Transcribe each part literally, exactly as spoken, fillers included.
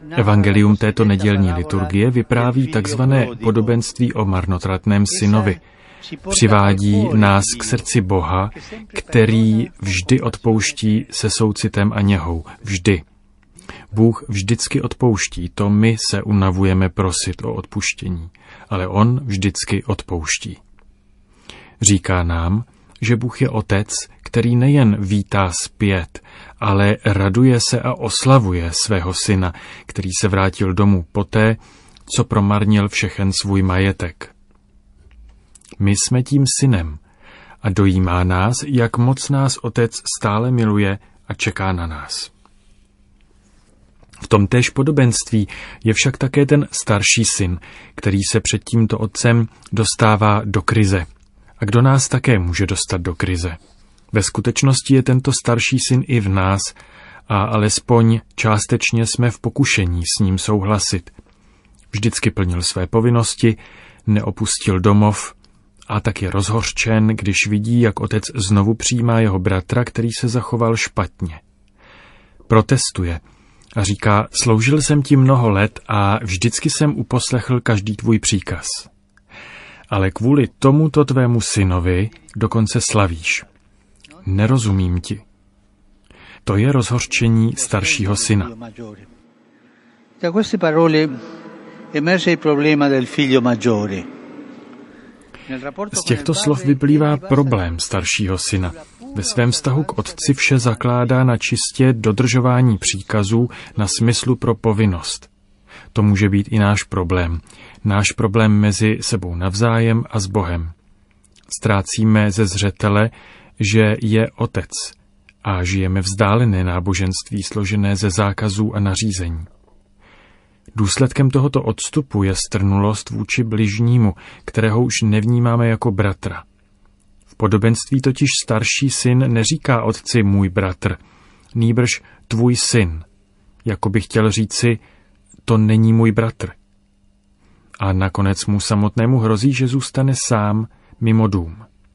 Evangelium této nedělní liturgie vypráví takzvané podobenství o marnotratném synovi. Přivádí nás k srdci Boha, který vždy odpouští se soucitem a něhou. Vždy. Bůh vždycky odpouští, to my se unavujeme prosit o odpuštění, ale on vždycky odpouští. Říká nám, že Bůh je otec, který nejen vítá zpět, ale raduje se a oslavuje svého syna, který se vrátil domů poté, co promarnil všechen svůj majetek. My jsme tím synem a dojímá nás, jak moc nás otec stále miluje a čeká na nás. V tom též podobenství je však také ten starší syn, který se před tímto otcem dostává do krize. A kdo nás také může dostat do krize? Ve skutečnosti je tento starší syn i v nás a alespoň částečně jsme v pokušení s ním souhlasit. Vždycky plnil své povinnosti, neopustil domov a tak je rozhořčen, když vidí, jak otec znovu přijímá jeho bratra, který se zachoval špatně. Protestuje a říká, sloužil jsem ti mnoho let a vždycky jsem uposlechl každý tvůj příkaz. Ale kvůli tomuto tvému synovi dokonce slavíš. Nerozumím ti. To je rozhořčení staršího syna. Da queste parole emerge il problema del figlio maggiore. Z těchto slov vyplývá problém staršího syna. Ve svém vztahu k otci vše zakládá na čistě dodržování příkazů, na smyslu pro povinnost. To může být i náš problém. Náš problém mezi sebou navzájem a s Bohem. Ztrácíme ze zřetele, že je otec a žijeme vzdálené náboženství složené ze zákazů a nařízení. Důsledkem tohoto odstupu je strnulost vůči bližnímu, kterého už nevnímáme jako bratra. V podobenství totiž starší syn neříká otci můj bratr, nýbrž tvůj syn, jako by chtěl říci, to není můj bratr. A nakonec mu samotnému hrozí, že zůstane sám mimo dům.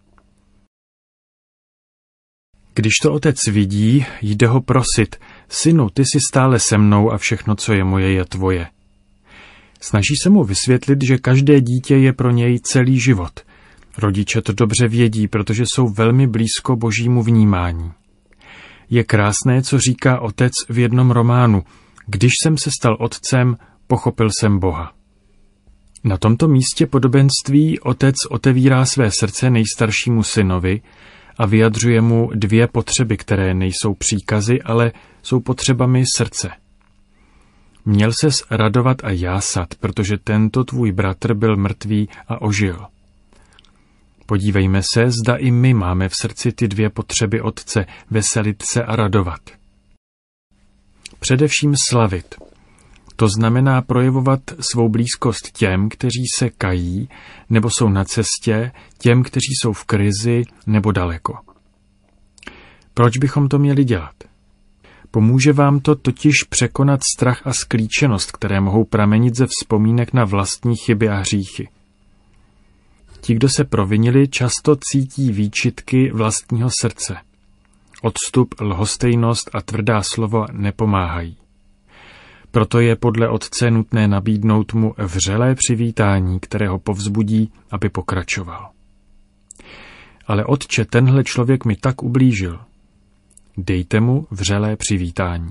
Když to otec vidí, jde ho prosit, synu, ty jsi stále se mnou a všechno, co je moje, je tvoje. Snaží se mu vysvětlit, že každé dítě je pro něj celý život. Rodiče to dobře vědí, protože jsou velmi blízko božímu vnímání. Je krásné, co říká otec v jednom románu. Když jsem se stal otcem, pochopil jsem Boha. Na tomto místě podobenství otec otevírá své srdce nejstaršímu synovi a vyjadřuje mu dvě potřeby, které nejsou příkazy, ale jsou potřebami srdce. Měl ses radovat a jásat, protože tento tvůj bratr byl mrtvý a ožil. Podívejme se, zda i my máme v srdci ty dvě potřeby otce, veselit se a radovat. Především slavit. To znamená projevovat svou blízkost těm, kteří se kají, nebo jsou na cestě, těm, kteří jsou v krizi nebo daleko. Proč bychom to měli dělat? Pomůže vám to totiž překonat strach a sklíčenost, které mohou pramenit ze vzpomínek na vlastní chyby a hříchy. Ti, kdo se provinili, často cítí výčitky vlastního srdce. Odstup, lhostejnost a tvrdá slova nepomáhají. Proto je podle otce nutné nabídnout mu vřelé přivítání, které ho povzbudí, aby pokračoval. Ale otče, tenhle člověk mi tak ublížil. Dejte mu vřelé přivítání.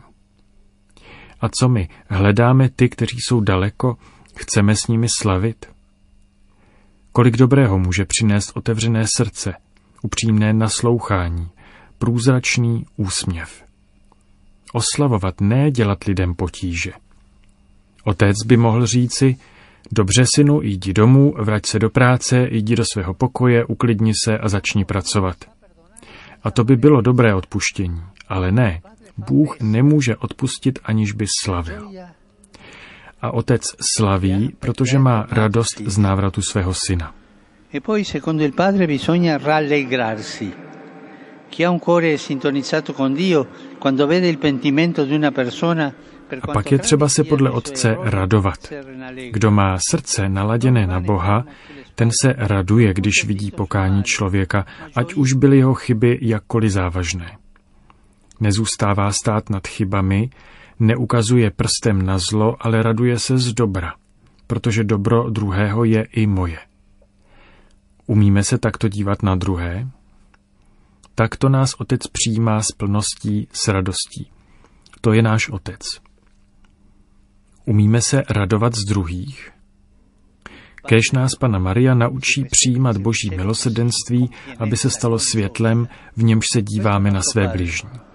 A co my? Hledáme ty, kteří jsou daleko? Chceme s nimi slavit? Kolik dobrého může přinést otevřené srdce, upřímné naslouchání, průzračný úsměv. Oslavovat, ne dělat lidem potíže. Otec by mohl říci, dobře synu, jdi domů, vrať se do práce, jdi do svého pokoje, uklidni se a začni pracovat. A to by bylo dobré odpuštění, ale ne, Bůh nemůže odpustit, aniž by slavil. A otec slaví, protože má radost z návratu svého syna. E poi secondo il padre bisogna rallegrarsi. Chi ha un cuore sintonizzato con Dio, quando vede il pentimento di una persona, a pak je třeba se podle otce radovat. Kdo má srdce naladěné na Boha, ten se raduje, když vidí pokání člověka, ať už byly jeho chyby jakkoliv závažné. Nezůstává stát nad chybami, neukazuje prstem na zlo, ale raduje se z dobra, protože dobro druhého je i moje. Umíme se takto dívat na druhé? Takto nás Otec přijímá s plností, s radostí. To je náš Otec. Umíme se radovat z druhých? Kéž nás Panna Maria naučí přijímat Boží milosrdenství, aby se stalo světlem, v němž se díváme na své bližní.